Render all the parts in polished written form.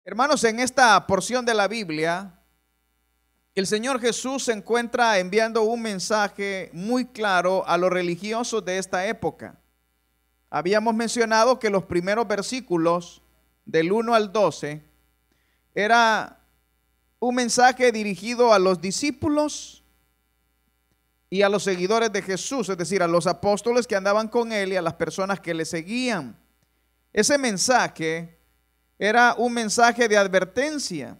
Hermanos, en esta porción de la Biblia, el Señor Jesús se encuentra enviando un mensaje muy claro a los religiosos de esta época. Habíamos mencionado que los primeros versículos del 1 al 12 era un mensaje dirigido a los discípulos y a los seguidores de Jesús, es decir, a los apóstoles que andaban con él y a las personas que le seguían. Ese mensaje era un mensaje de advertencia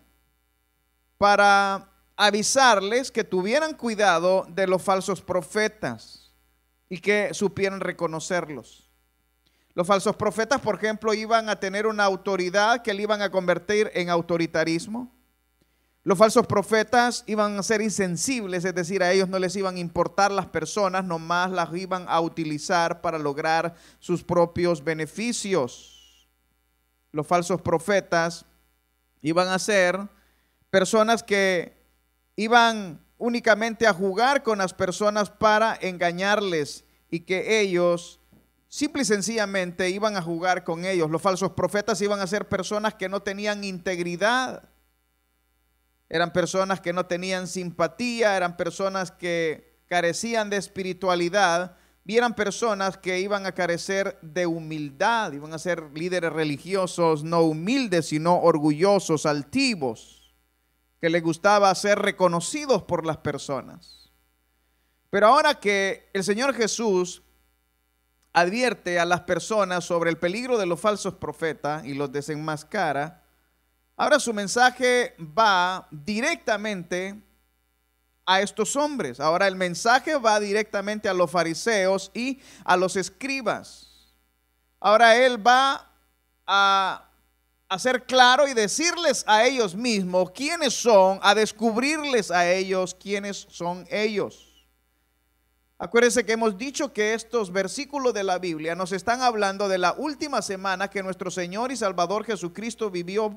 para avisarles que tuvieran cuidado de los falsos profetas y que supieran reconocerlos. Los falsos profetas, por ejemplo, iban a tener una autoridad que le iban a convertir en autoritarismo. Los falsos profetas iban a ser insensibles, es decir, a ellos no les iban a importar las personas, nomás las iban a utilizar para lograr sus propios beneficios. Los falsos profetas iban a ser personas que iban únicamente a jugar con las personas para engañarles y que ellos simple y sencillamente iban a jugar con ellos. Los falsos profetas iban a ser personas que no tenían integridad. Eran personas que no tenían simpatía, eran personas que carecían de espiritualidad y eran personas que iban a carecer de humildad, iban a ser líderes religiosos no humildes, sino orgullosos, altivos, que les gustaba ser reconocidos por las personas. Pero ahora que el Señor Jesús advierte a las personas sobre el peligro de los falsos profetas y los desenmascara, ahora su mensaje va directamente a estos hombres. Ahora el mensaje va directamente a los fariseos y a los escribas. Ahora él va a hacer claro y decirles a ellos mismos quiénes son, a descubrirles a ellos quiénes son ellos. Acuérdense que hemos dicho que estos versículos de la Biblia nos están hablando de la última semana que nuestro Señor y Salvador Jesucristo vivió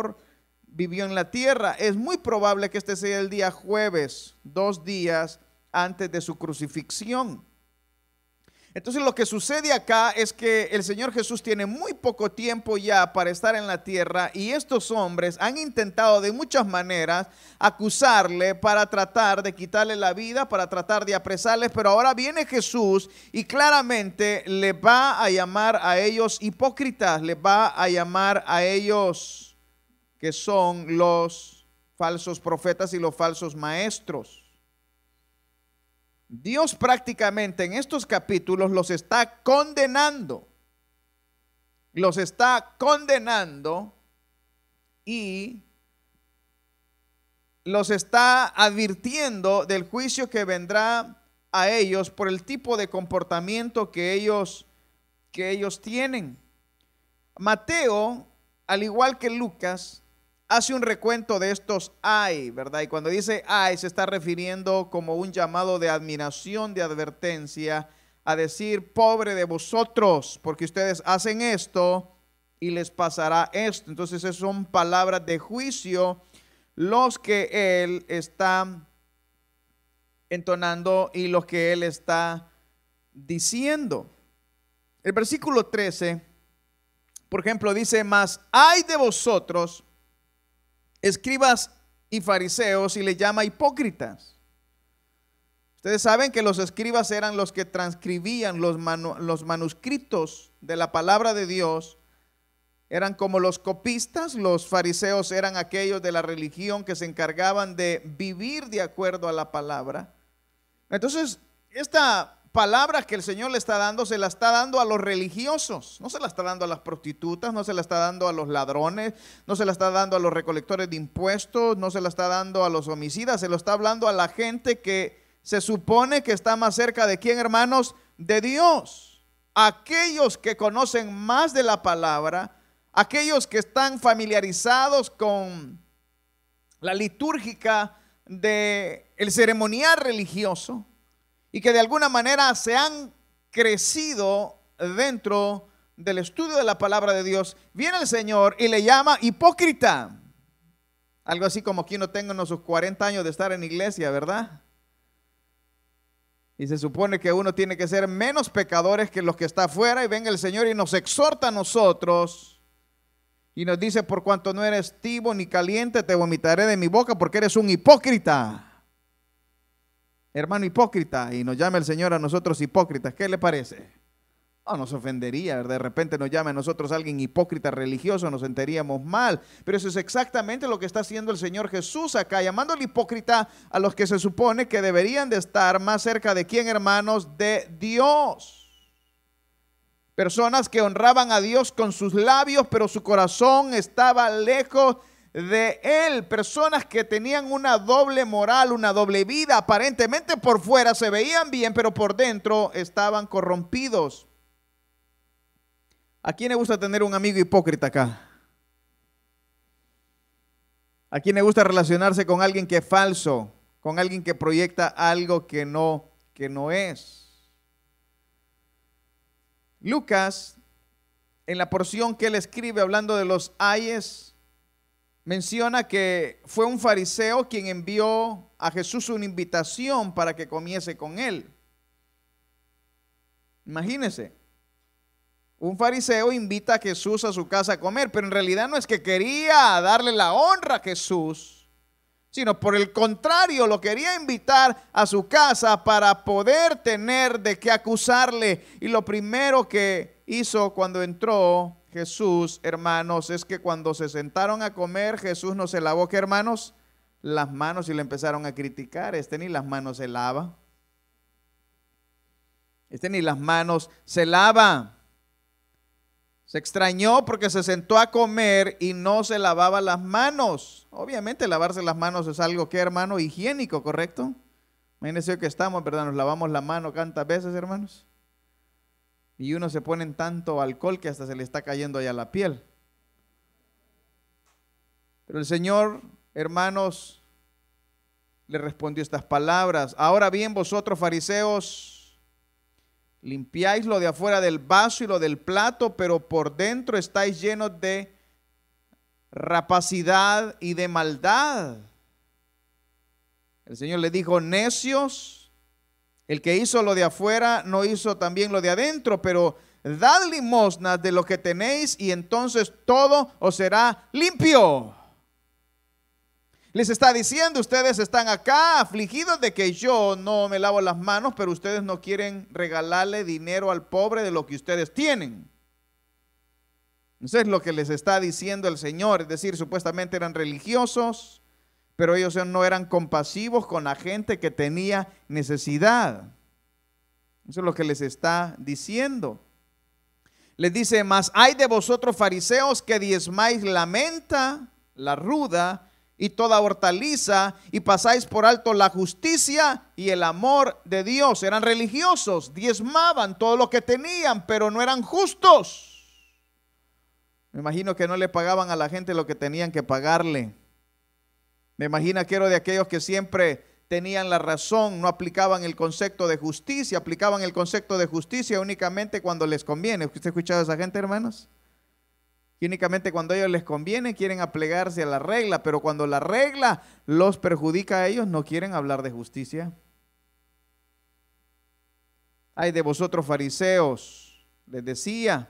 en la tierra. Es muy probable que este sea el día jueves, 2 días antes de su crucifixión. Entonces lo que sucede acá es que el Señor Jesús tiene muy poco tiempo ya para estar en la tierra y estos hombres han intentado de muchas maneras acusarle para tratar de quitarle la vida, para tratar de apresarles, pero ahora viene Jesús y claramente le va a llamar a ellos hipócritas, le va a llamar a ellos que son los falsos profetas y los falsos maestros. Dios prácticamente en estos capítulos los está condenando y los está advirtiendo del juicio que vendrá a ellos por el tipo de comportamiento que ellos tienen. Mateo, al igual que Lucas, hace un recuento de estos ay, ¿verdad? Y cuando dice ay, se está refiriendo como un llamado de admiración, de advertencia, a decir, pobre de vosotros, porque ustedes hacen esto y les pasará esto. Entonces esas son palabras de juicio los que él está entonando y los que él está diciendo. El versículo 13, por ejemplo, dice, mas ay de vosotros, escribas y fariseos, y le llama hipócritas. Ustedes saben que los escribas eran los que transcribían los manuscritos de la palabra de Dios. Eran como los copistas. Los fariseos eran aquellos de la religión que se encargaban de vivir de acuerdo a la palabra. Entonces, esta palabra que el Señor le está dando, se la está dando a los religiosos, no se la está dando a las prostitutas, no se la está dando a los ladrones, no se la está dando a los recolectores de impuestos, no se la está dando a los homicidas, se lo está hablando a la gente que se supone que está más cerca de ¿quién, hermanos? De Dios. Aquellos que conocen más de la palabra, aquellos que están familiarizados con la litúrgica del ceremonial religioso, y que de alguna manera se han crecido dentro del estudio de la palabra de Dios, viene el Señor y le llama hipócrita. Algo así como que uno tenga unos 40 años de estar en iglesia, ¿verdad? Y se supone que uno tiene que ser menos pecadores que los que está afuera, y venga el Señor y nos exhorta a nosotros Y nos dice, por cuanto no eres tibio ni caliente, te vomitaré de mi boca porque eres un hipócrita. Hermano hipócrita, y nos llama el Señor a nosotros hipócritas. ¿Qué le parece? No nos ofendería, de repente nos llama a nosotros alguien hipócrita religioso, nos sentiríamos mal. Pero eso es exactamente lo que está haciendo el Señor Jesús acá, llamándole hipócrita a los que se supone que deberían de estar más cerca de quién, hermanos, de Dios. Personas que honraban a Dios con sus labios, pero su corazón estaba lejos de Él. Personas que tenían una doble moral, una doble vida. Aparentemente por fuera se veían bien, pero por dentro estaban corrompidos. ¿A quién le gusta tener un amigo hipócrita acá? ¿A quién le gusta relacionarse con alguien que es falso? Con alguien que proyecta algo que no es. Lucas, en la porción que él escribe hablando de los ayes, menciona que fue un fariseo quien envió a Jesús una invitación para que comiese con él. Imagínense, un fariseo invita a Jesús a su casa a comer, pero en realidad no es que quería darle la honra a Jesús, sino por el contrario, lo quería invitar a su casa para poder tener de qué acusarle. Y lo primero que hizo cuando entró Jesús, hermanos, es que cuando se sentaron a comer, Jesús no se lavó, ¿qué, hermanos? Las manos, y le empezaron a criticar. Ni las manos se lava. Ni las manos se lava. Se extrañó porque se sentó a comer y no se lavaba las manos. Obviamente lavarse las manos es algo que, hermano, higiénico, ¿correcto? Imagínense que estamos, ¿verdad? Nos lavamos la mano cuántas veces, hermanos. Y uno se pone en tanto alcohol que hasta se le está cayendo ya la piel. Pero el Señor, hermanos, le respondió estas palabras. Ahora bien, vosotros fariseos, limpiáis lo de afuera del vaso y lo del plato, pero por dentro estáis llenos de rapacidad y de maldad. El Señor le dijo, necios, el que hizo lo de afuera no hizo también lo de adentro, pero dad limosnas de lo que tenéis y entonces todo os será limpio. Les está diciendo, ustedes están acá afligidos de que yo no me lavo las manos, pero ustedes no quieren regalarle dinero al pobre de lo que ustedes tienen. Eso es lo que les está diciendo el Señor, es decir, supuestamente eran religiosos, pero ellos no eran compasivos con la gente que tenía necesidad. Eso es lo que les está diciendo. Les dice, mas hay de vosotros fariseos que diezmáis la menta, la ruda y toda hortaliza, y pasáis por alto la justicia y el amor de Dios. Eran religiosos, diezmaban todo lo que tenían, pero no eran justos. Me imagino que no le pagaban a la gente lo que tenían que pagarle. Me imagino que era de aquellos que siempre tenían la razón, no aplicaban el concepto de justicia, aplicaban el concepto de justicia únicamente cuando les conviene. ¿Usted ha escuchado a esa gente, hermanos? Que únicamente cuando a ellos les conviene quieren aplegarse a la regla, pero cuando la regla los perjudica a ellos no quieren hablar de justicia. Ay de vosotros fariseos, les decía,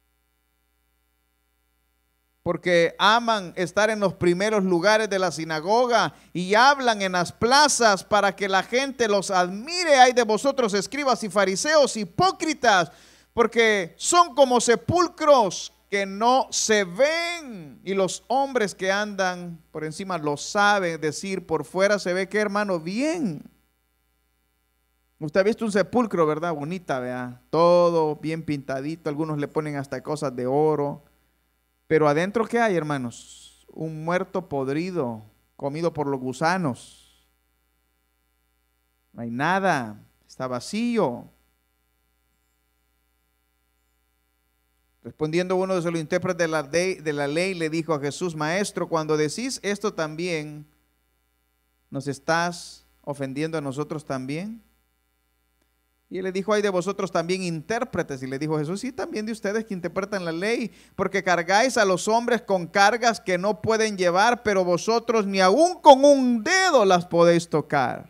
porque aman estar en los primeros lugares de la sinagoga y hablan en las plazas para que la gente los admire. Ay de vosotros escribas y fariseos hipócritas, porque son como sepulcros que no se ven, y los hombres que andan por encima lo saben, decir, por fuera se ve que, hermano, bien. Usted ha visto un sepulcro, ¿verdad? Bonita, vea, todo bien pintadito, algunos le ponen hasta cosas de oro, pero adentro ¿qué hay, hermanos? Un muerto podrido, comido por los gusanos. No hay nada, está vacío. Respondiendo uno de los intérpretes de la ley, le dijo a Jesús, maestro, cuando decís esto también, ¿nos estás ofendiendo a nosotros también? Y él le dijo, ay de vosotros también intérpretes. Y le dijo Jesús, sí, también de ustedes que interpretan la ley, porque cargáis a los hombres con cargas que no pueden llevar, pero vosotros ni aún con un dedo las podéis tocar.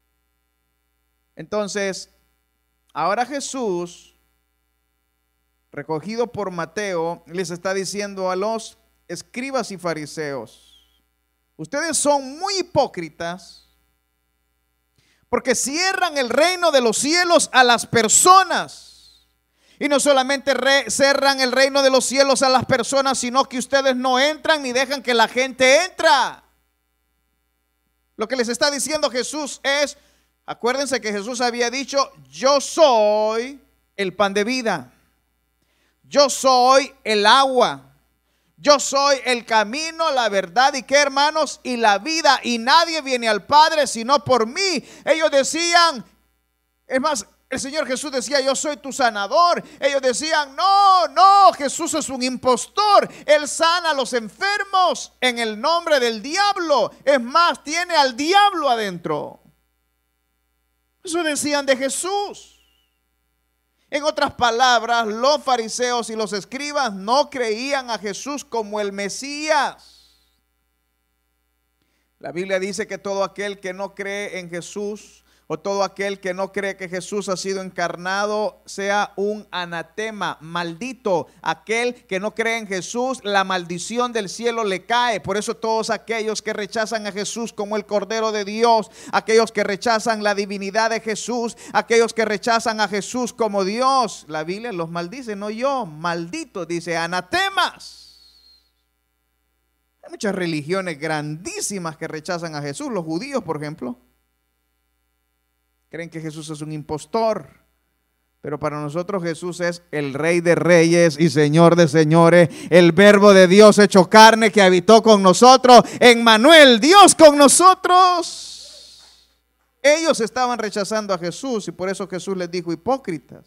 Entonces, ahora Jesús recogido por Mateo, les está diciendo a los escribas y fariseos: ustedes son muy hipócritas porque cierran el reino de los cielos a las personas. Y no solamente cerran el reino de los cielos a las personas, sino que ustedes no entran ni dejan que la gente entra. Lo que les está diciendo Jesús es, acuérdense que Jesús había dicho: yo soy el pan de vida, yo soy el agua, yo soy el camino, la verdad y qué, hermanos, y la vida, y nadie viene al Padre sino por mí. Ellos decían, es más, el Señor Jesús decía: yo soy tu sanador. Ellos decían: no, Jesús es un impostor. Él sana a los enfermos en el nombre del diablo. Es más, tiene al diablo adentro. Eso decían de Jesús. En otras palabras, los fariseos y los escribas no creían a Jesús como el Mesías. La Biblia dice que todo aquel que no cree en Jesús, o todo aquel que no cree que Jesús ha sido encarnado, sea un anatema, maldito. Aquel que no cree en Jesús, la maldición del cielo le cae. Por eso todos aquellos que rechazan a Jesús como el Cordero de Dios, aquellos que rechazan la divinidad de Jesús, aquellos que rechazan a Jesús como Dios, la Biblia los maldice, no yo, malditos, dice, anatemas. Hay muchas religiones grandísimas que rechazan a Jesús. Los judíos, por ejemplo, creen que Jesús es un impostor, pero para nosotros Jesús es el Rey de Reyes y Señor de Señores, el Verbo de Dios hecho carne que habitó con nosotros, Emmanuel, Dios con nosotros. Ellos estaban rechazando a Jesús y por eso Jesús les dijo hipócritas.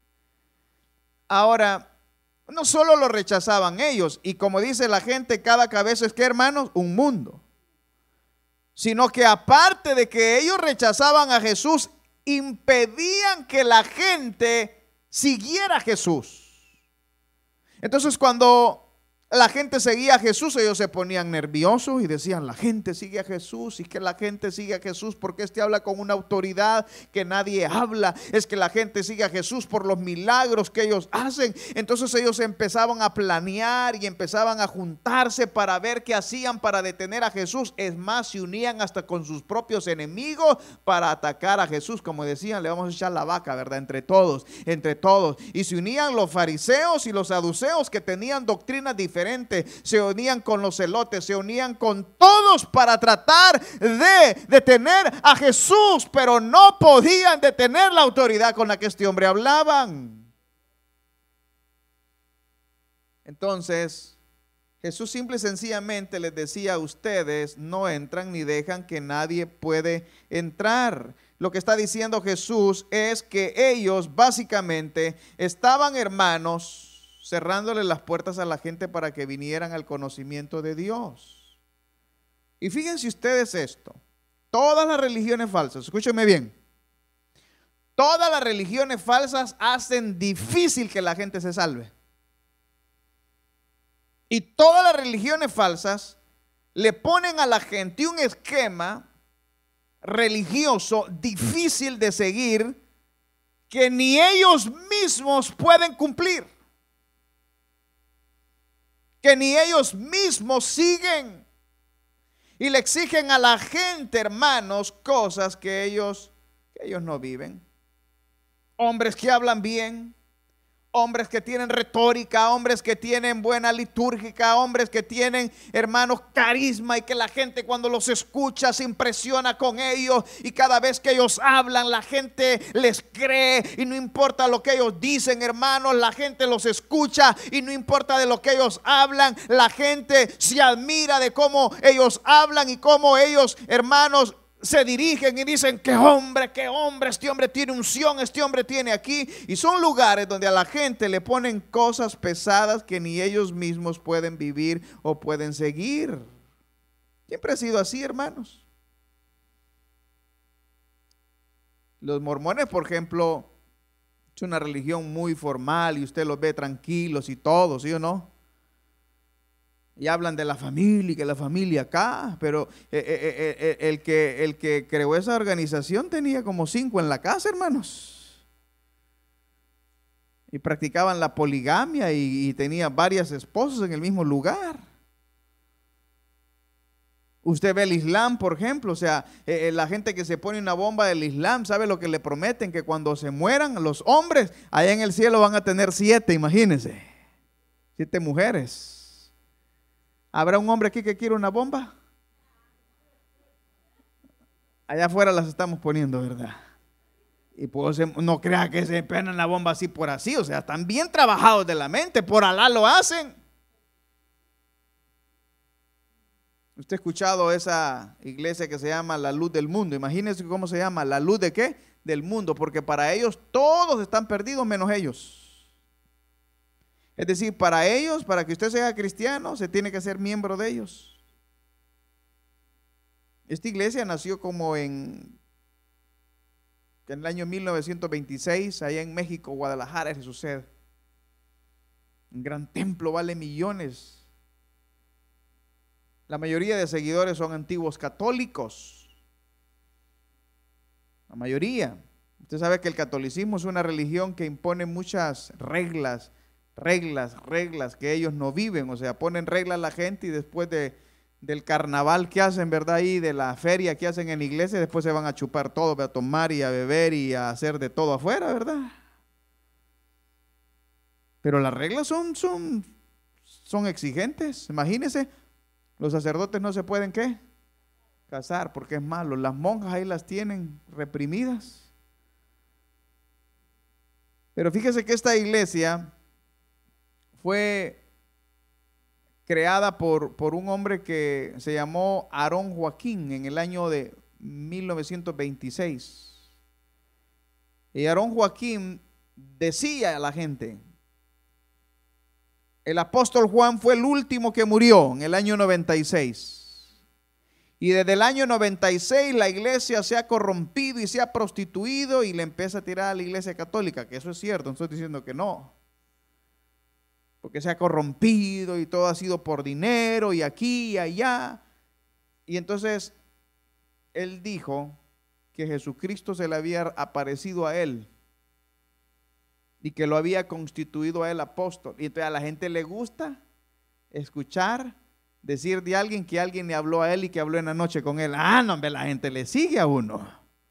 Ahora, no solo lo rechazaban ellos, y como dice la gente, cada cabeza es, ¿qué, hermanos? Un mundo. Sino que aparte de que ellos rechazaban a Jesús, impedían que la gente siguiera a Jesús. Entonces, cuando la gente seguía a Jesús, ellos se ponían nerviosos y decían: la gente sigue a Jesús. Y que la gente sigue a Jesús porque este habla con una autoridad que nadie habla. Es que la gente sigue a Jesús por los milagros que ellos hacen. Entonces ellos empezaban a planear y empezaban a juntarse para ver qué hacían para detener a Jesús. Es más, se unían hasta con sus propios enemigos para atacar a Jesús. Como decían, le vamos a echar la vaca, ¿verdad? Entre todos. Y se unían los fariseos y los saduceos, que tenían doctrinas diferentes. Se unían con los celotes, se unían con todos para tratar de detener a Jesús, pero no podían detener la autoridad con la que este hombre hablaban. Entonces Jesús simple y sencillamente les decía: ustedes no entran ni dejan que nadie puede entrar. Lo que está diciendo Jesús es que ellos básicamente estaban, hermanos, cerrándole las puertas a la gente para que vinieran al conocimiento de Dios. Y fíjense ustedes esto: todas las religiones falsas, escúchenme bien, todas las religiones falsas hacen difícil que la gente se salve. Y todas las religiones falsas le ponen a la gente un esquema religioso difícil de seguir, que ni ellos mismos pueden cumplir, que ni ellos mismos siguen, y le exigen a la gente, hermanos, cosas que ellos no viven. Hombres que hablan bien, hombres que tienen retórica, hombres que tienen buena litúrgica, hombres que tienen, hermanos, carisma, y que la gente cuando los escucha se impresiona con ellos, y cada vez que ellos hablan la gente les cree, y no importa lo que ellos dicen, hermanos, la gente los escucha, y no importa de lo que ellos hablan, la gente se admira de cómo ellos hablan y cómo ellos, hermanos, se dirigen y dicen: qué hombre, este hombre tiene unción, este hombre tiene aquí. Y son lugares donde a la gente le ponen cosas pesadas que ni ellos mismos pueden vivir o pueden seguir. Siempre ha sido así, hermanos. Los mormones, por ejemplo, es una religión muy formal y usted los ve tranquilos y todo, ¿sí o no? Y hablan de la familia y que la familia acá, pero el que creó esa organización tenía como 5 en la casa, hermanos. y practicaban la poligamia y tenían varias esposas en el mismo lugar. Usted ve el Islam, por ejemplo, o sea, la gente que se pone una bomba del Islam, ¿sabe lo que le prometen? Que cuando se mueran los hombres, allá en el cielo van a tener 7, imagínense, 7 mujeres. ¿Habrá un hombre aquí que quiera una bomba? Allá afuera las estamos poniendo, ¿verdad? Y pues no crea que se pegan la bomba así por así, o sea, están bien trabajados de la mente, por Alá lo hacen. Usted ha escuchado esa iglesia que se llama la luz del mundo. Imagínense cómo se llama, la luz de qué, del mundo, porque para ellos todos están perdidos menos ellos. Es decir, para ellos, para que usted sea cristiano, se tiene que ser miembro de ellos. Esta iglesia nació como en el año 1926, allá en México, Guadalajara, eso sucede. Un gran templo, vale millones. La mayoría de seguidores son antiguos católicos. La mayoría. Usted sabe que el catolicismo es una religión que impone muchas reglas que ellos no viven. O sea, ponen reglas a la gente y después del carnaval que hacen, ¿verdad? Y de la feria que hacen en la iglesia, después se van a chupar todo, a tomar y a beber y a hacer de todo afuera, ¿verdad? Pero las reglas son exigentes. Imagínense. Los sacerdotes no se pueden, ¿qué? Casar, porque es malo. Las monjas ahí las tienen reprimidas. Pero fíjese que esta iglesia fue creada por un hombre que se llamó Aarón Joaquín en el año de 1926. Y Aarón Joaquín decía a la gente: el apóstol Juan fue el último que murió en el año 96. Y desde el año 96 la iglesia se ha corrompido y se ha prostituido y le empieza a tirar a la iglesia católica, que eso es cierto, no estoy diciendo que no. Porque se ha corrompido y todo ha sido por dinero y aquí y allá. Y entonces él dijo que Jesucristo se le había aparecido a él y que lo había constituido a él apóstol. Y entonces a la gente le gusta escuchar decir de alguien que alguien le habló a él y que habló en la noche con él. No, hombre, la gente le sigue a uno.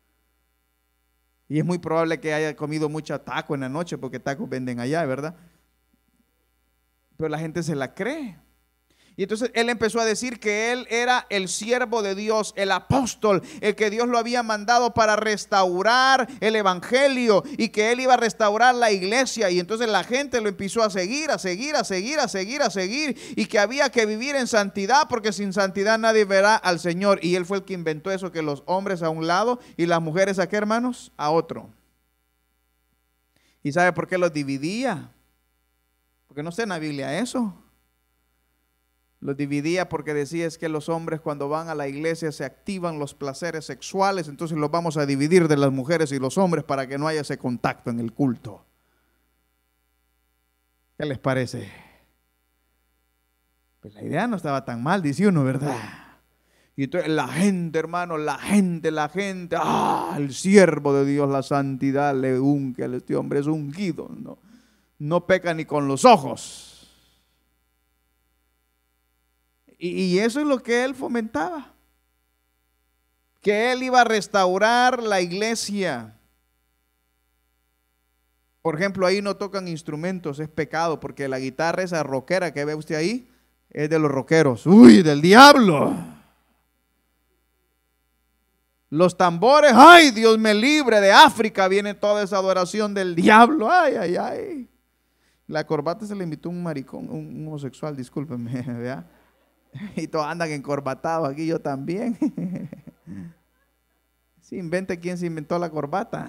Y es muy probable que haya comido mucho taco en la noche, porque tacos venden allá, ¿verdad? Pero la gente se la cree. Y entonces él empezó a decir que él era el siervo de Dios, el apóstol, el que Dios lo había mandado para restaurar el evangelio y que él iba a restaurar la iglesia. Y entonces la gente lo empezó a seguir y que había que vivir en santidad, porque sin santidad nadie verá al Señor. Y él fue el que inventó eso, que los hombres a un lado y las mujeres ¿a qué, hermanos? A otro. ¿Y sabe por qué los dividía? Porque no está en la Biblia eso. Los dividía porque decía es que los hombres cuando van a la iglesia se activan los placeres sexuales, entonces los vamos a dividir de las mujeres y los hombres para que no haya ese contacto en el culto. ¿Qué les parece? Pues la idea no estaba tan mal, dice uno, ¿verdad? Y entonces la gente, hermano, la gente, el siervo de Dios, la santidad le unge, este hombre es ungido, no peca ni con los ojos. Y eso es lo que él fomentaba, que él iba a restaurar la iglesia. Por ejemplo, ahí no tocan instrumentos, es pecado, porque la guitarra esa rockera que ve usted ahí es de los rockeros. ¡Uy, del diablo! Los tambores, ¡ay, Dios me libre! De África viene toda esa adoración del diablo. ¡Ay, ay, ay! La corbata se le invitó un maricón, un homosexual, discúlpenme, ¿verdad? Y todos andan encorbatados aquí, yo también. Sí, invente quién se inventó la corbata.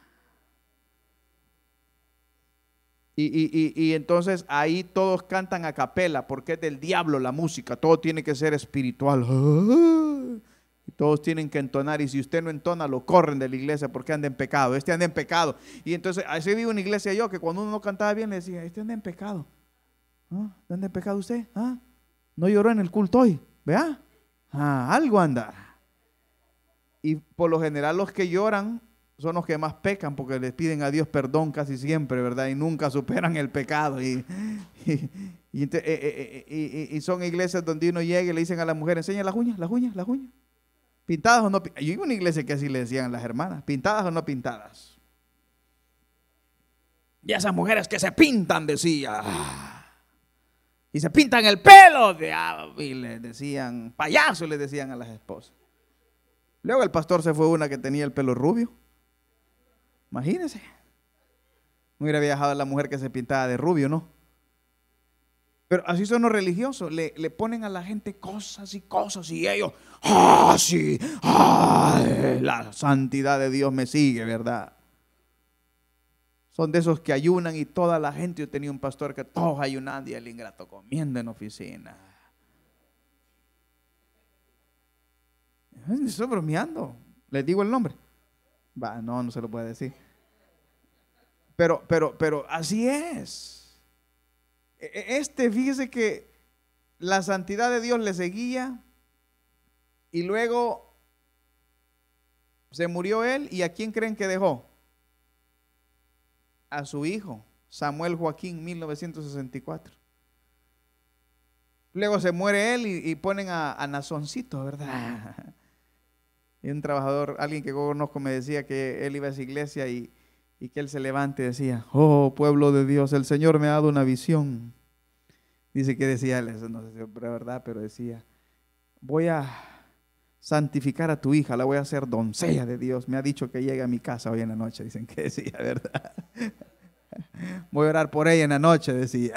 Y entonces ahí todos cantan a capela, porque es del diablo la música, todo tiene que ser espiritual. Y todos tienen que entonar, y si usted no entona, lo corren de la iglesia porque anda en pecado. Este anda en pecado. Y entonces así vi una iglesia yo, que cuando uno no cantaba bien le decía, este anda en pecado. ¿Anda en pecado usted? No lloró en el culto hoy, ¿vea? Algo anda. Y por lo general los que lloran son los que más pecan porque les piden a Dios perdón casi siempre, ¿verdad? Y nunca superan el pecado. Y son iglesias donde uno llega y le dicen a la mujer, enseña las uñas, las uñas, las uñas. ¿Pintadas o no? Yo iba a una iglesia que así le decían a las hermanas, ¿pintadas o no pintadas? Y esas mujeres que se pintan, decía, y se pintan el pelo, y les decían, payaso, les decían a las esposas. Luego el pastor se fue una que tenía el pelo rubio. Imagínense. No hubiera viajado la mujer que se pintaba de rubio, ¿no? Pero así son los religiosos. Le ponen a la gente cosas y cosas y ellos, sí, la santidad de Dios me sigue, ¿verdad? Son de esos que ayunan y toda la gente. Yo tenía un pastor que todos ayunando y el ingrato comiendo en oficina. Estoy bromeando. Les digo el nombre. No se lo puede decir. Pero así es. Fíjese que la santidad de Dios le seguía y luego se murió él. ¿Y a quién creen que dejó? A su hijo, Samuel Joaquín, 1964. Luego se muere él y ponen a Nazoncito, ¿verdad? Y un trabajador, alguien que conozco me decía que él iba a esa iglesia y que él se levante y decía, oh pueblo de Dios, el Señor me ha dado una visión. Dice que decía él, eso no sé si es verdad, pero decía, voy a santificar a tu hija, la voy a hacer doncella de Dios. Me ha dicho que llegue a mi casa hoy en la noche, dicen que decía, ¿verdad? Voy a orar por ella en la noche, decía.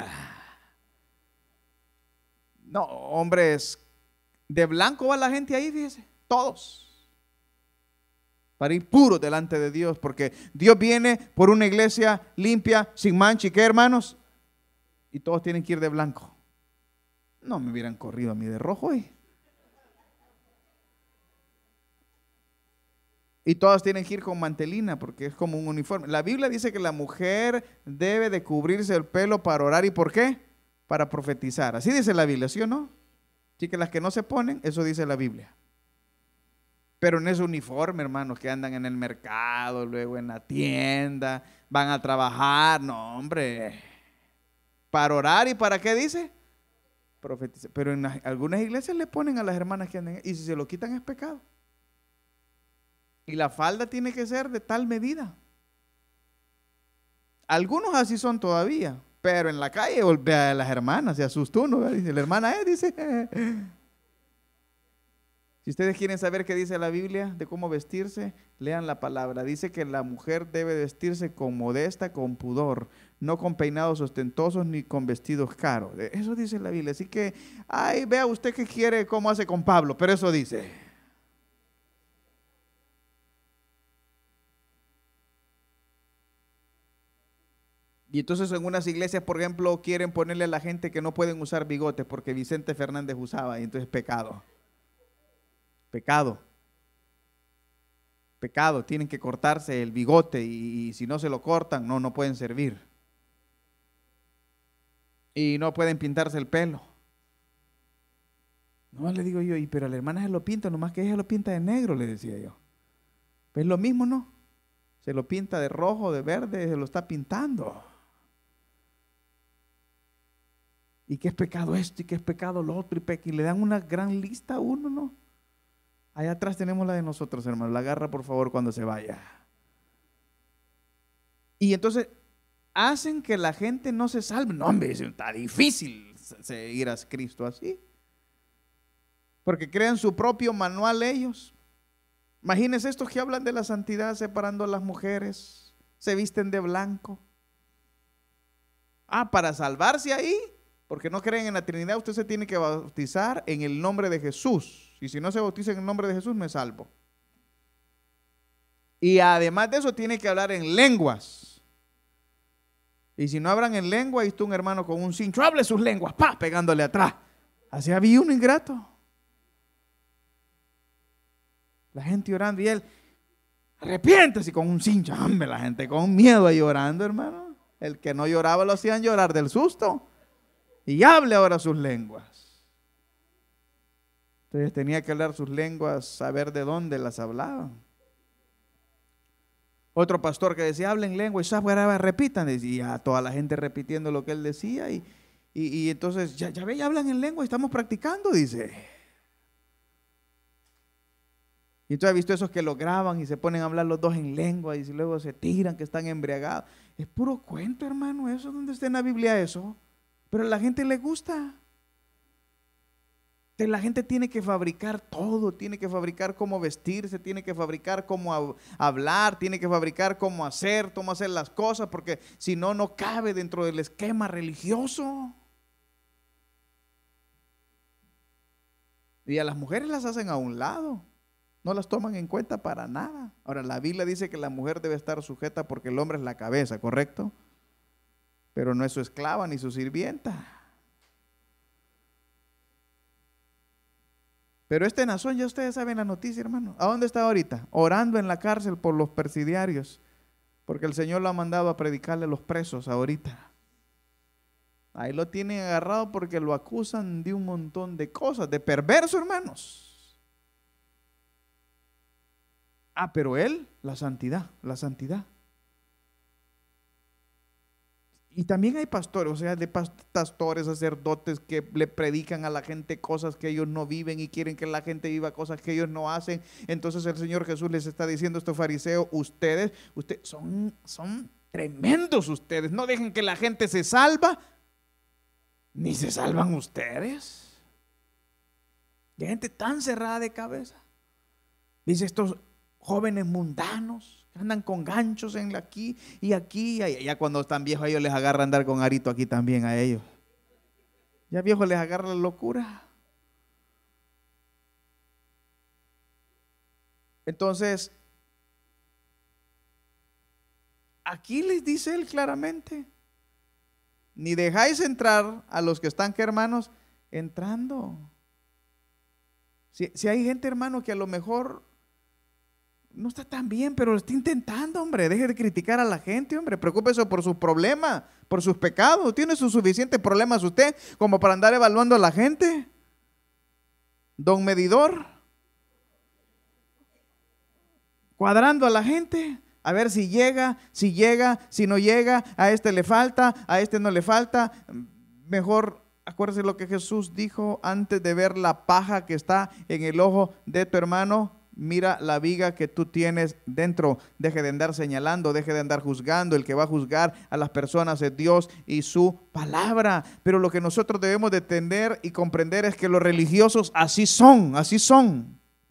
No, hombres, de blanco va la gente ahí, fíjese, todos. Para ir puros delante de Dios, porque Dios viene por una iglesia limpia, sin mancha, ¿y qué, hermanos? Y todos tienen que ir de blanco. No me hubieran corrido a mí de rojo hoy. Y todas tienen que ir con mantelina, porque es como un uniforme. La Biblia dice que la mujer debe de cubrirse el pelo para orar. ¿Y por qué? Para profetizar. Así dice la Biblia, ¿sí o no? Así que las que no se ponen, eso dice la Biblia. Pero no es uniforme, hermanos, que andan en el mercado, luego en la tienda, van a trabajar. No, hombre. Para orar, ¿y para qué dice? Profetizar. Pero en algunas iglesias le ponen a las hermanas que andan, y si se lo quitan es pecado. Y la falda tiene que ser de tal medida. Algunos así son todavía, pero en la calle ve a las hermanas, se asustó uno, ¿verdad? Dice, la hermana dice. Si ustedes quieren saber qué dice la Biblia de cómo vestirse, lean la palabra. Dice que la mujer debe vestirse con modesta, con pudor, no con peinados ostentosos ni con vestidos caros. Eso dice la Biblia. Así que, vea usted qué quiere, cómo hace con Pablo, pero eso dice. Y entonces en unas iglesias, por ejemplo, quieren ponerle a la gente que no pueden usar bigotes porque Vicente Fernández usaba, y entonces pecado. Pecado. Pecado. Tienen que cortarse el bigote y si no se lo cortan, no pueden servir. Y no pueden pintarse el pelo. No, le digo yo, pero a la hermana se lo pinta, nomás que ella lo pinta de negro, le decía yo. Pues lo mismo, ¿no? Se lo pinta de rojo, de verde, se lo está pintando. ¿Y qué es pecado esto? ¿Y qué es pecado lo otro? Y le dan una gran lista a uno, ¿no? Allá atrás tenemos la de nosotros, hermano. La agarra, por favor, cuando se vaya. Y entonces hacen que la gente no se salve. No, hombre, está difícil seguir a Cristo así. Porque crean su propio manual ellos. Imagínense estos que hablan de la santidad separando a las mujeres. Se visten de blanco. Para salvarse ahí, porque no creen en la Trinidad, usted se tiene que bautizar en el nombre de Jesús. Y si no se bautiza en el nombre de Jesús, me salvo. Y además de eso, tiene que hablar en lenguas. Y si no hablan en lengua, ahí está un hermano con un cincho, hable sus lenguas, pegándole atrás. Así había un ingrato. La gente orando y él, arrepiéntese, con un cincho. Hombre, la gente con miedo ahí orando, hermano. El que no lloraba lo hacían llorar del susto. Y hable ahora sus lenguas. Entonces tenía que hablar sus lenguas, saber de dónde las hablaban. Otro pastor que decía, hablen lengua y repitan, decía toda la gente repitiendo lo que él decía y entonces, ya ve, ya hablan en lengua y estamos practicando, dice. Y entonces he visto esos que lo graban y se ponen a hablar los dos en lengua y luego se tiran que están embriagados. Es puro cuento, hermano, eso, ¿dónde está en la Biblia eso? Pero a la gente le gusta. La gente tiene que fabricar todo, tiene que fabricar cómo vestirse, tiene que fabricar cómo hablar, tiene que fabricar cómo hacer las cosas, porque si no, no cabe dentro del esquema religioso. Y a las mujeres las hacen a un lado, no las toman en cuenta para nada. Ahora, la Biblia dice que la mujer debe estar sujeta porque el hombre es la cabeza, ¿correcto? Pero no es su esclava ni su sirvienta. Pero este Naasón, ya ustedes saben la noticia, hermano. ¿A dónde está ahorita? Orando en la cárcel por los presidiarios, porque el Señor lo ha mandado a predicarle a los presos ahorita. Ahí lo tienen agarrado porque lo acusan de un montón de cosas, de perverso, hermanos. Ah, pero él, la santidad, la santidad. Y también hay pastores, o sea, de pastores, sacerdotes que le predican a la gente cosas que ellos no viven y quieren que la gente viva cosas que ellos no hacen. Entonces el Señor Jesús les está diciendo a estos fariseos, ustedes son tremendos ustedes, no dejen que la gente se salva, ni se salvan ustedes. De gente tan cerrada de cabeza. Dice, estos jóvenes mundanos andan con ganchos en aquí y aquí, ya cuando están viejos a ellos les agarra andar con arito aquí también a ellos. Ya viejos les agarra la locura. Entonces, aquí les dice él claramente, ni dejáis entrar a los que están, ¿qué, hermanos? Entrando. Si hay gente, hermano, que a lo mejor no está tan bien, pero lo está intentando, hombre. Deje de criticar a la gente, hombre. Preocúpese por sus problemas, por sus pecados. ¿Tiene sus suficientes problemas usted como para andar evaluando a la gente? Don Medidor. Cuadrando a la gente. A ver si llega, si no llega. A este le falta, a este no le falta. Mejor acuérdese lo que Jesús dijo antes de ver la paja que está en el ojo de tu hermano. Mira la viga que tú tienes dentro. Deje de andar señalando, deje de andar juzgando. El que va a juzgar a las personas es Dios y su palabra. Pero lo que nosotros debemos de entender y comprender es que los religiosos así son, así son.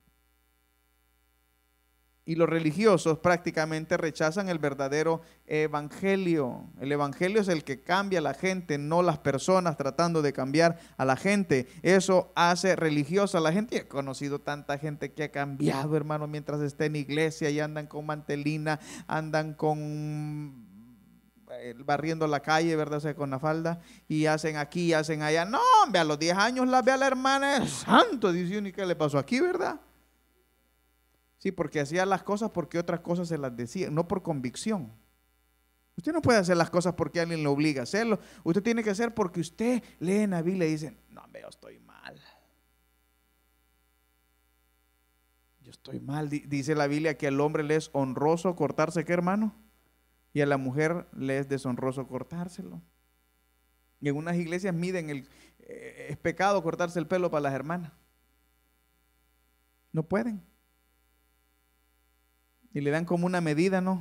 Y los religiosos prácticamente rechazan el verdadero evangelio. El evangelio es el que cambia a la gente, no las personas tratando de cambiar a la gente. Eso hace religiosa a la gente. Y he conocido tanta gente que ha cambiado, hermano, mientras está en iglesia y andan con mantelina, andan con barriendo la calle, ¿verdad? O sea, con la falda, y hacen aquí, hacen allá. No, hombre, a los 10 años la ve a la hermana, es santo, dice uno, ¿y qué le pasó aquí, verdad? Sí, porque hacía las cosas porque otras cosas se las decía, no por convicción. Usted no puede hacer las cosas porque alguien lo obliga a hacerlo. Usted tiene que hacer porque usted lee en la Biblia y dice, no, yo estoy mal. Yo estoy mal. Dice la Biblia que al hombre le es honroso cortarse, ¿qué, hermano? Y a la mujer le es deshonroso cortárselo. Y en unas iglesias miden es pecado cortarse el pelo para las hermanas. No pueden. Y le dan como una medida, ¿no?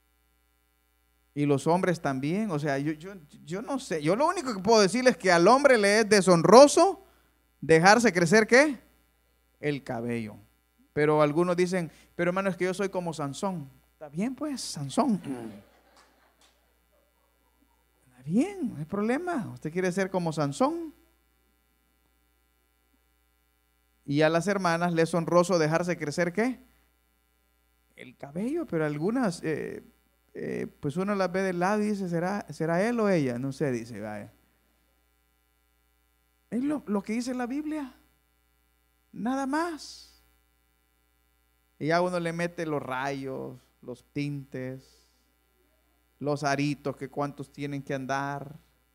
Y los hombres también, o sea, yo no sé. Yo lo único que puedo decirles es que al hombre le es deshonroso dejarse crecer, ¿qué? El cabello. Pero algunos dicen, pero hermano, es que yo soy como Sansón. Está bien, pues, Sansón. Está bien, no hay problema. Usted quiere ser como Sansón. Y a las hermanas les es honroso dejarse crecer, ¿qué? El cabello, pero algunas, pues uno las ve del lado y dice, ¿será él o ella? No sé, dice, vaya. Es lo que dice la Biblia, nada más. Y ya uno le mete los rayos, los tintes, los aritos, que cuántos tienen que andar,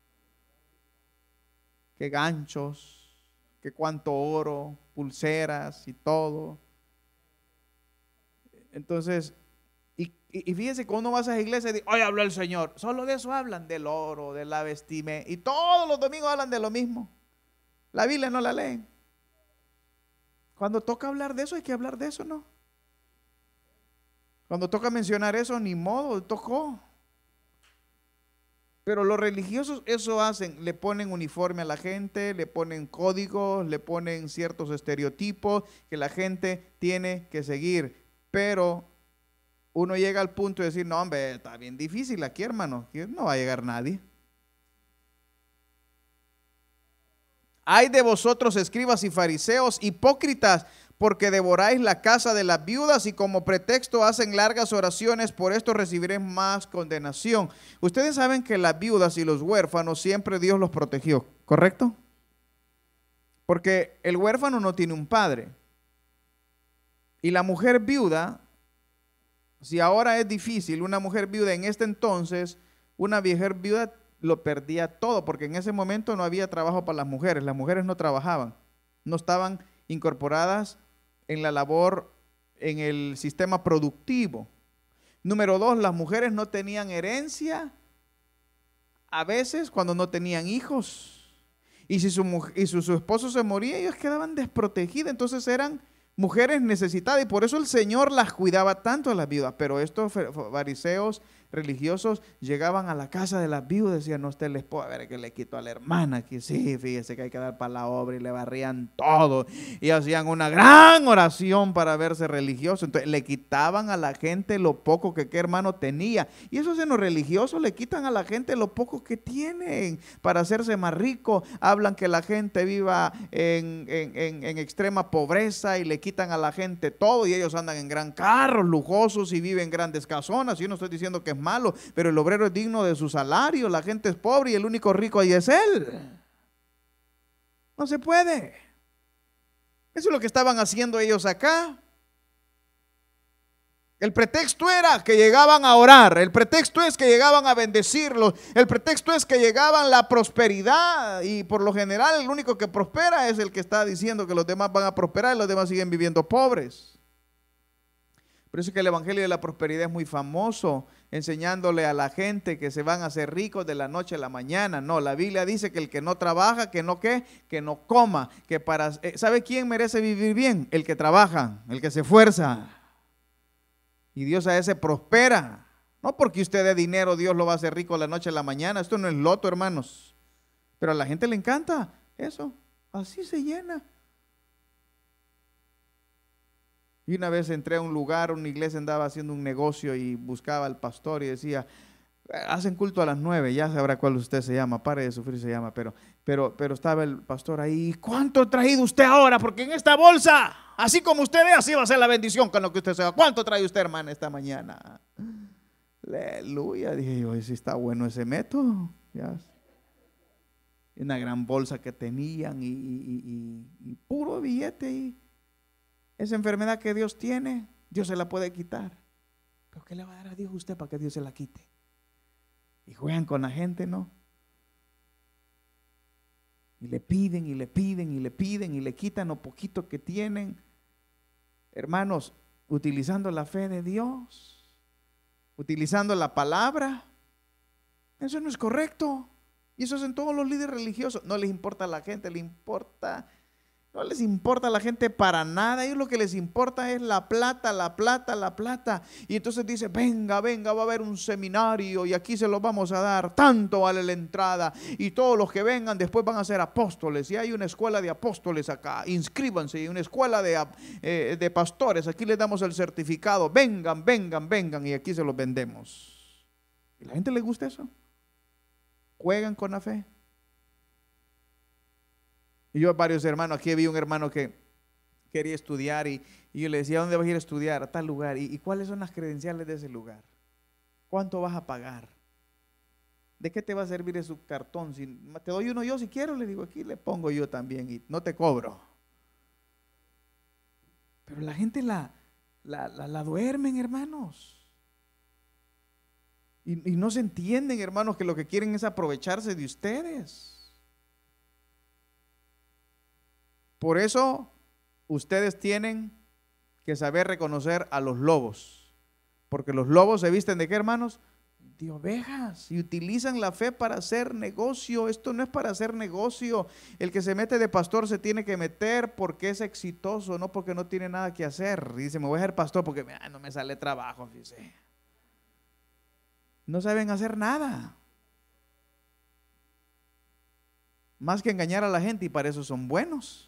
que ganchos, que cuánto oro, pulseras y todo. Entonces, Y fíjense, cuando uno va a esas iglesias y dice, hoy habló el Señor. Solo de eso hablan, del oro, de la vestimenta. Y todos los domingos hablan de lo mismo. La Biblia no la leen. Cuando toca hablar de eso, hay que hablar de eso, ¿no? Cuando toca mencionar eso, ni modo, tocó. Pero los religiosos eso hacen, le ponen uniforme a la gente, le ponen códigos, le ponen ciertos estereotipos que la gente tiene que seguir. Pero uno llega al punto de decir, no hombre, está bien difícil aquí, hermano, aquí no va a llegar nadie. Ay de vosotros, escribas y fariseos, hipócritas, porque devoráis la casa de las viudas y como pretexto hacen largas oraciones, por esto recibiréis más condenación. Ustedes saben que las viudas y los huérfanos siempre Dios los protegió, ¿correcto? Porque el huérfano no tiene un padre. Y la mujer viuda, si ahora es difícil, una mujer viuda en este entonces, una mujer viuda lo perdía todo, porque en ese momento no había trabajo para las mujeres no trabajaban, no estaban incorporadas en la labor, en el sistema productivo. Número 2, las mujeres no tenían herencia, a veces cuando no tenían hijos, y si su esposo se moría, ellos quedaban desprotegidas, entonces eran mujeres necesitadas, y por eso el Señor las cuidaba tanto a las viudas. Pero estos fariseos religiosos llegaban a la casa de las viudas y decían, no, usted les puede ver que le quitó a la hermana, que sí, fíjese que hay que dar para la obra, y le barrían todo, y hacían una gran oración para verse religiosos. Entonces le quitaban a la gente lo poco que hermano tenía, y esos en los religiosos le quitan a la gente lo poco que tienen para hacerse más rico. Hablan que la gente viva en extrema pobreza y le quitan a la gente todo, y ellos andan en gran carros lujosos y viven en grandes casonas. Yo no estoy diciendo que es malo, pero el obrero es digno de su salario, la gente es pobre y el único rico ahí es él. No se puede. Eso es lo que estaban haciendo ellos acá. El pretexto era que llegaban a orar, el pretexto es que llegaban a bendecirlos, el pretexto es que llegaban la prosperidad, y por lo general el único que prospera es el que está diciendo que los demás van a prosperar y los demás siguen viviendo pobres. Por eso es que el evangelio de la prosperidad es muy famoso, enseñándole a la gente que se van a hacer ricos de la noche a la mañana. No, la Biblia dice que el que no trabaja, que no coma, que ¿sabe quién merece vivir bien? El que trabaja, el que se esfuerza. Y Dios a ese prospera. No porque usted dé dinero, Dios lo va a hacer rico de la noche a la mañana. Esto no es loto, hermanos. Pero a la gente le encanta eso. Así se llena. Y una vez entré a un lugar, una iglesia andaba haciendo un negocio y buscaba al pastor y decía, hacen culto a las 9, ya sabrá cuál usted se llama, pare de sufrir se llama, pero estaba el pastor ahí. ¿Cuánto ha traído usted ahora? Porque en esta bolsa, así como usted ve, así va a ser la bendición con lo que usted se va. ¿Cuánto trae usted, hermana, esta mañana? Aleluya, dije yo, si está bueno ese método. Ya. Una gran bolsa que tenían y puro billete y esa enfermedad que Dios tiene, Dios se la puede quitar. ¿Pero qué le va a dar a Dios usted para que Dios se la quite? Y juegan con la gente, ¿no? Y le piden, y le piden, y le piden, y le quitan lo poquito que tienen. Hermanos, utilizando la fe de Dios, utilizando la palabra, eso no es correcto. Y eso es en todos los líderes religiosos. No les importa a la gente, no les importa a la gente para nada. Ellos lo que les importa es la plata, la plata, la plata. Y entonces dice, venga, va a haber un seminario y aquí se los vamos a dar, tanto vale la entrada. Y todos los que vengan después van a ser apóstoles. Y hay una escuela de apóstoles acá, inscríbanse. Y una escuela de pastores, aquí les damos el certificado. Vengan y aquí se los vendemos. ¿Y a la gente le gusta eso? ¿Juegan con la fe? Y yo, varios hermanos, aquí vi un hermano que quería estudiar y yo le decía, ¿dónde vas a ir a estudiar? A tal lugar. ¿Y cuáles son las credenciales de ese lugar? ¿Cuánto vas a pagar? ¿De qué te va a servir ese cartón? Si te doy uno yo si quiero, le digo, aquí le pongo yo también y no te cobro. Pero la gente la duermen, hermanos. Y no se entienden, hermanos, que lo que quieren es aprovecharse de ustedes. Por eso ustedes tienen que saber reconocer a los lobos Porque los lobos se visten ¿de qué, hermanos? De ovejas, y utilizan la fe para hacer negocio. Esto no es para hacer negocio. El que se mete de pastor se tiene que meter porque es exitoso, no porque no tiene nada que hacer. Y dice, me voy a ser pastor porque no me sale trabajo, fíjese. No saben hacer nada más que engañar a la gente, y para eso son buenos.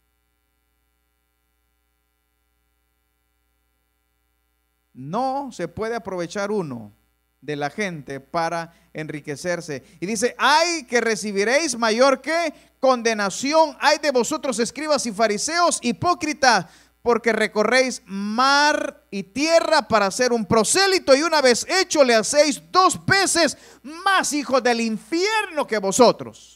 No se puede aprovechar uno de la gente para enriquecerse. Y dice, ay, que recibiréis mayor que condenación, ay de vosotros escribas y fariseos hipócritas, porque recorréis mar y tierra para ser un prosélito, y una vez hecho le hacéis 2 veces más hijos del infierno que vosotros.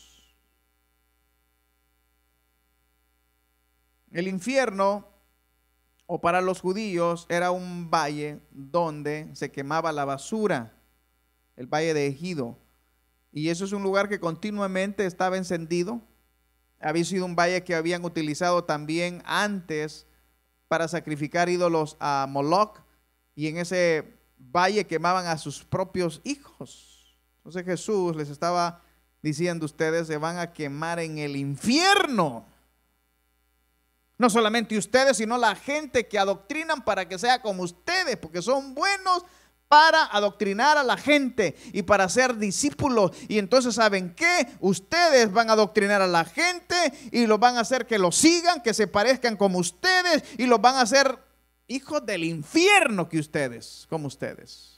El infierno, o para los judíos, era un valle donde se quemaba la basura, el valle de Egido. Y eso es un lugar que continuamente estaba encendido. Había sido un valle que habían utilizado también antes para sacrificar ídolos a Moloch, y en ese valle quemaban a sus propios hijos. Entonces Jesús les estaba diciendo, ustedes se van a quemar en el infierno. No solamente ustedes, sino la gente que adoctrinan para que sea como ustedes, porque son buenos para adoctrinar a la gente y para ser discípulos. Y entonces, ¿saben qué? Ustedes van a adoctrinar a la gente y los van a hacer que los sigan, que se parezcan como ustedes, y los van a hacer hijos del infierno que ustedes, como ustedes.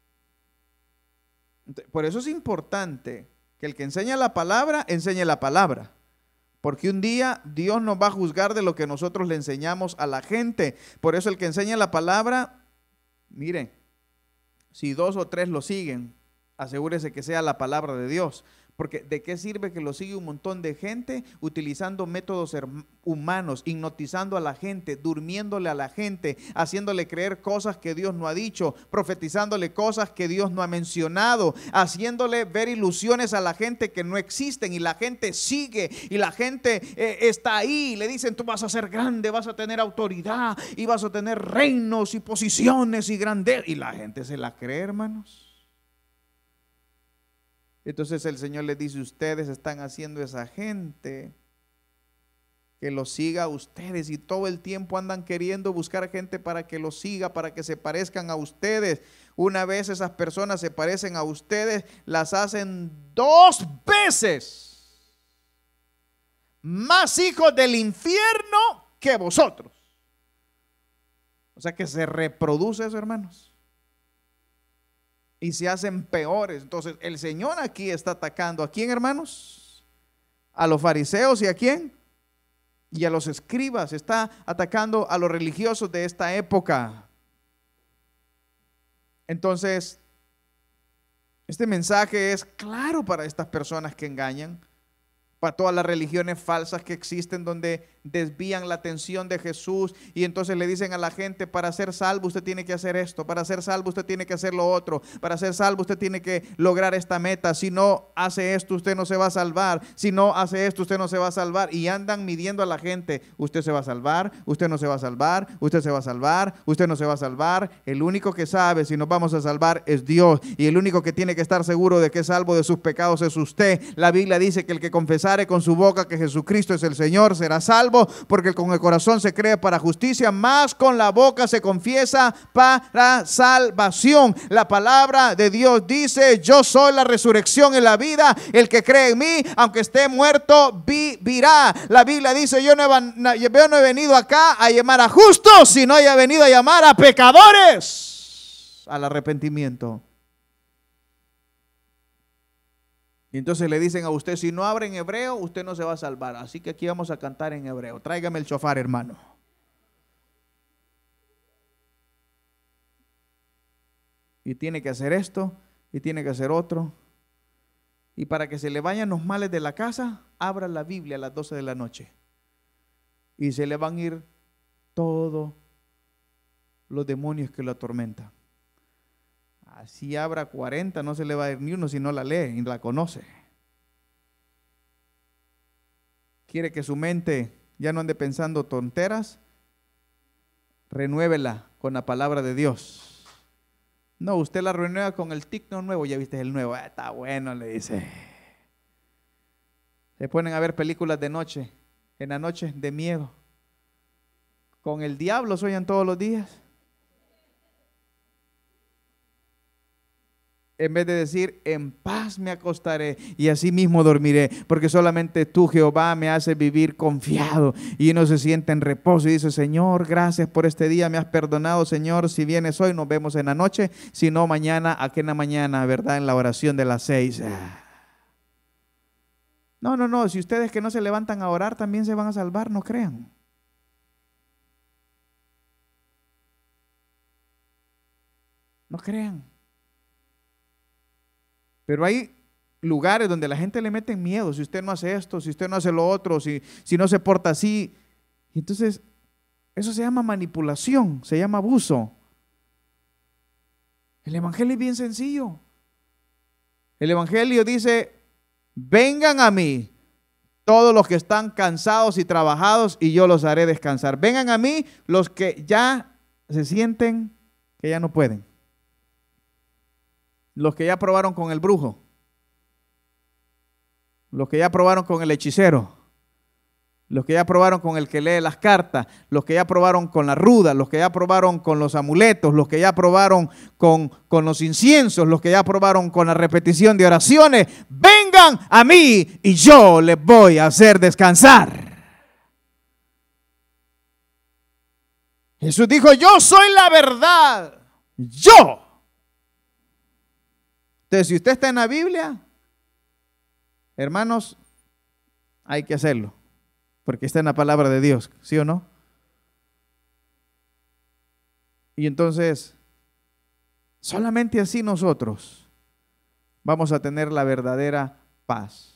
Por eso es importante que el que enseña la palabra, enseñe la palabra. Porque un día Dios nos va a juzgar de lo que nosotros le enseñamos a la gente. Por eso el que enseña la palabra, miren, si 2 o 3 lo siguen, asegúrese que sea la palabra de Dios. Porque ¿de qué sirve que lo sigue un montón de gente utilizando métodos humanos, hipnotizando a la gente, durmiéndole a la gente, haciéndole creer cosas que Dios no ha dicho, profetizándole cosas que Dios no ha mencionado, haciéndole ver ilusiones a la gente que no existen, y la gente sigue, y la gente está ahí, y le dicen, tú vas a ser grande, vas a tener autoridad, y vas a tener reinos y posiciones y grandeza, y la gente se la cree, hermanos. Entonces el Señor les dice, ustedes están haciendo esa gente que los siga a ustedes, y todo el tiempo andan queriendo buscar gente para que los siga, para que se parezcan a ustedes. Una vez esas personas se parecen a ustedes, las hacen 2 veces más hijos del infierno que vosotros. O sea que se reproduce eso, hermanos. Y se hacen peores. Entonces el Señor aquí está atacando ¿a quién, hermanos? A los fariseos. ¿Y a quién? Y a los escribas. Está atacando a los religiosos de esta época. Entonces este mensaje es claro para estas personas que engañan, para todas las religiones falsas que existen, donde desvían la atención de Jesús, y entonces le dicen a la gente, para ser salvo usted tiene que hacer esto, para ser salvo usted tiene que hacer lo otro, para ser salvo usted tiene que lograr esta meta, si no hace esto usted no se va a salvar, si no hace esto usted no se va a salvar, y andan midiendo a la gente, usted se va a salvar, usted no se va a salvar, usted se va a salvar, usted no se va a salvar. El único que sabe si nos vamos a salvar es Dios, y el único que tiene que estar seguro de que es salvo de sus pecados es usted. La Biblia dice que el que confesare con su boca que Jesucristo es el Señor será salvo, porque con el corazón se cree para justicia, mas con la boca se confiesa para salvación. La palabra de Dios dice, yo soy la resurrección y la vida, el que cree en mí, aunque esté muerto, vivirá. La Biblia dice, yo no he venido acá a llamar a justos, sino he venido a llamar a pecadores al arrepentimiento. Y entonces le dicen a usted, si no habla en hebreo, usted no se va a salvar. Así que aquí vamos a cantar en hebreo. Tráigame el shofar, hermano. Y tiene que hacer esto, y tiene que hacer otro. Y para que se le vayan los males de la casa, abra la Biblia a las 12 de la noche. Y se le van a ir todos los demonios que lo atormentan. Así abra 40, no se le va a ir ni uno si no la lee y la conoce. Quiere que su mente ya no ande pensando tonteras, renuévela con la palabra de Dios. No, usted la renueva con el tic no nuevo. Ya viste el nuevo. Está bueno, le dice. Se ponen a ver películas de noche, en la noche de miedo. Con el diablo sueñan todos los días. En vez de decir, en paz me acostaré y así mismo dormiré, porque solamente tú, Jehová, me haces vivir confiado. Y uno se siente en reposo y dice, Señor, gracias por este día, me has perdonado, Señor. Si vienes hoy, nos vemos en la noche. Si no, mañana, aquí en la mañana, ¿verdad? En la oración de las 6. No, si ustedes que no se levantan a orar también se van a salvar, no crean. No crean. Pero hay lugares donde la gente le mete miedo. Si usted no hace esto, si usted no hace lo otro, si no se porta así. Y entonces, eso se llama manipulación, se llama abuso. El evangelio es bien sencillo. El evangelio dice, vengan a mí todos los que están cansados y trabajados y yo los haré descansar. Vengan a mí los que ya se sienten que ya no pueden. Los que ya probaron con el brujo, los que ya probaron con el hechicero, los que ya probaron con el que lee las cartas, los que ya probaron con la ruda, los que ya probaron con los amuletos, los que ya probaron con los inciensos, los que ya probaron con la repetición de oraciones. Vengan a mí y yo les voy a hacer descansar. Jesús dijo, yo soy la verdad, yo. Entonces, si usted está en la Biblia, hermanos, hay que hacerlo, porque está en la palabra de Dios, ¿sí o no? Y entonces, solamente así nosotros vamos a tener la verdadera paz.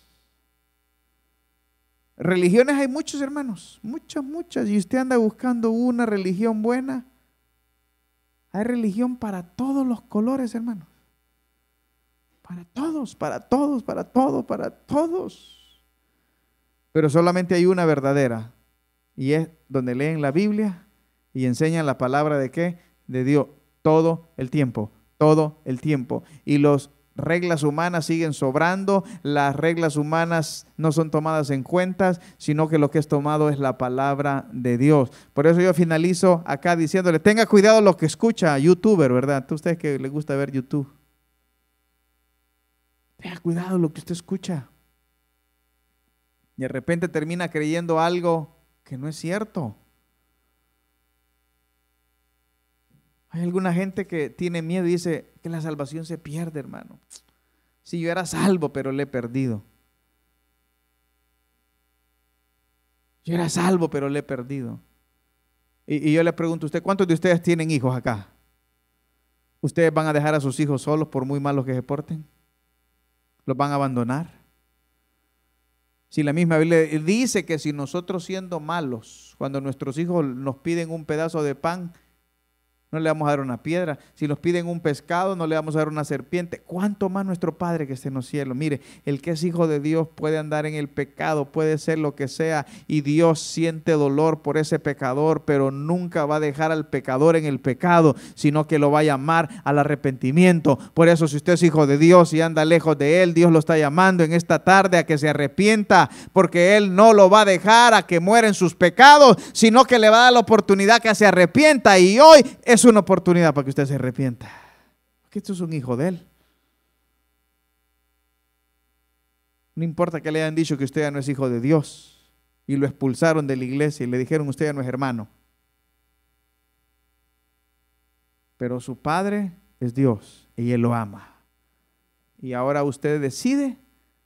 Religiones hay muchos, hermanos, muchas, y usted anda buscando una religión buena. Hay religión para todos los colores, hermanos. Para todos, para todos, para todos, para todos. Pero solamente hay una verdadera. Y es donde leen la Biblia y enseñan la palabra de ¿qué? De Dios. Todo el tiempo, todo el tiempo. Y las reglas humanas siguen sobrando. Las reglas humanas no son tomadas en cuenta, sino que lo que es tomado es la palabra de Dios. Por eso yo finalizo acá diciéndole, tenga cuidado lo que escucha youtuber, ¿verdad? ¿A ustedes que les gusta ver YouTube? Tenga cuidado lo que usted escucha. Y de repente termina creyendo algo que no es cierto. Hay alguna gente que tiene miedo y dice que la salvación se pierde, hermano. Si yo era salvo, pero le he perdido. Yo era salvo, pero le he perdido. Y yo le pregunto a usted, ¿cuántos de ustedes tienen hijos acá? ¿Ustedes van a dejar a sus hijos solos por muy malos que se porten? ¿Los van a abandonar? Si la misma Biblia dice que si nosotros siendo malos, cuando nuestros hijos nos piden un pedazo de pan, no le vamos a dar una piedra. Si nos piden un pescado, no le vamos a dar una serpiente. ¿Cuánto más nuestro Padre que está en los cielos? Mire, el que es hijo de Dios puede andar en el pecado, puede ser lo que sea, y Dios siente dolor por ese pecador, pero nunca va a dejar al pecador en el pecado, sino que lo va a llamar al arrepentimiento. Por eso, si usted es hijo de Dios y anda lejos de Él, Dios lo está llamando en esta tarde a que se arrepienta, porque Él no lo va a dejar a que muera en sus pecados, sino que le va a dar la oportunidad que se arrepienta. Y hoy es una oportunidad para que usted se arrepienta, porque esto es un hijo de Él. No importa que le hayan dicho que usted ya no es hijo de Dios y lo expulsaron de la iglesia y le dijeron usted ya no es hermano, pero su Padre es Dios y Él lo ama. Y ahora usted decide.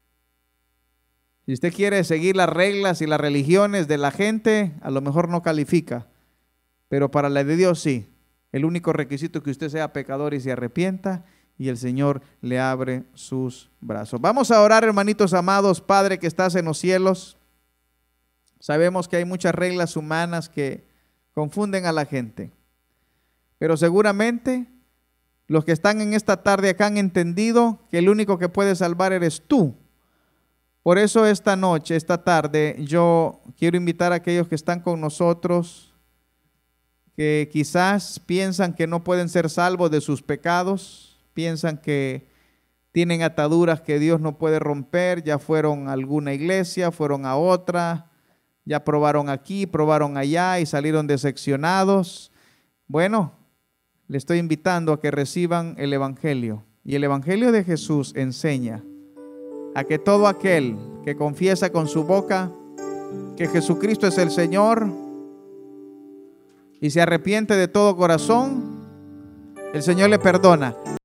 Si usted quiere seguir las reglas y las religiones de la gente, a lo mejor no califica, pero para la de Dios sí. El único requisito es que usted sea pecador y se arrepienta, y el Señor le abre sus brazos. Vamos a orar, hermanitos amados. Padre que estás en los cielos, sabemos que hay muchas reglas humanas que confunden a la gente, pero seguramente los que están en esta tarde acá han entendido que el único que puede salvar eres tú. Por eso esta noche, esta tarde, yo quiero invitar a aquellos que están con nosotros, que quizás piensan que no pueden ser salvos de sus pecados, piensan que tienen ataduras que Dios no puede romper, ya fueron a alguna iglesia, fueron a otra, ya probaron aquí, probaron allá y salieron decepcionados. Bueno, le estoy invitando a que reciban el Evangelio. Y el Evangelio de Jesús enseña a que todo aquel que confiesa con su boca que Jesucristo es el Señor y se arrepiente de todo corazón, el Señor le perdona.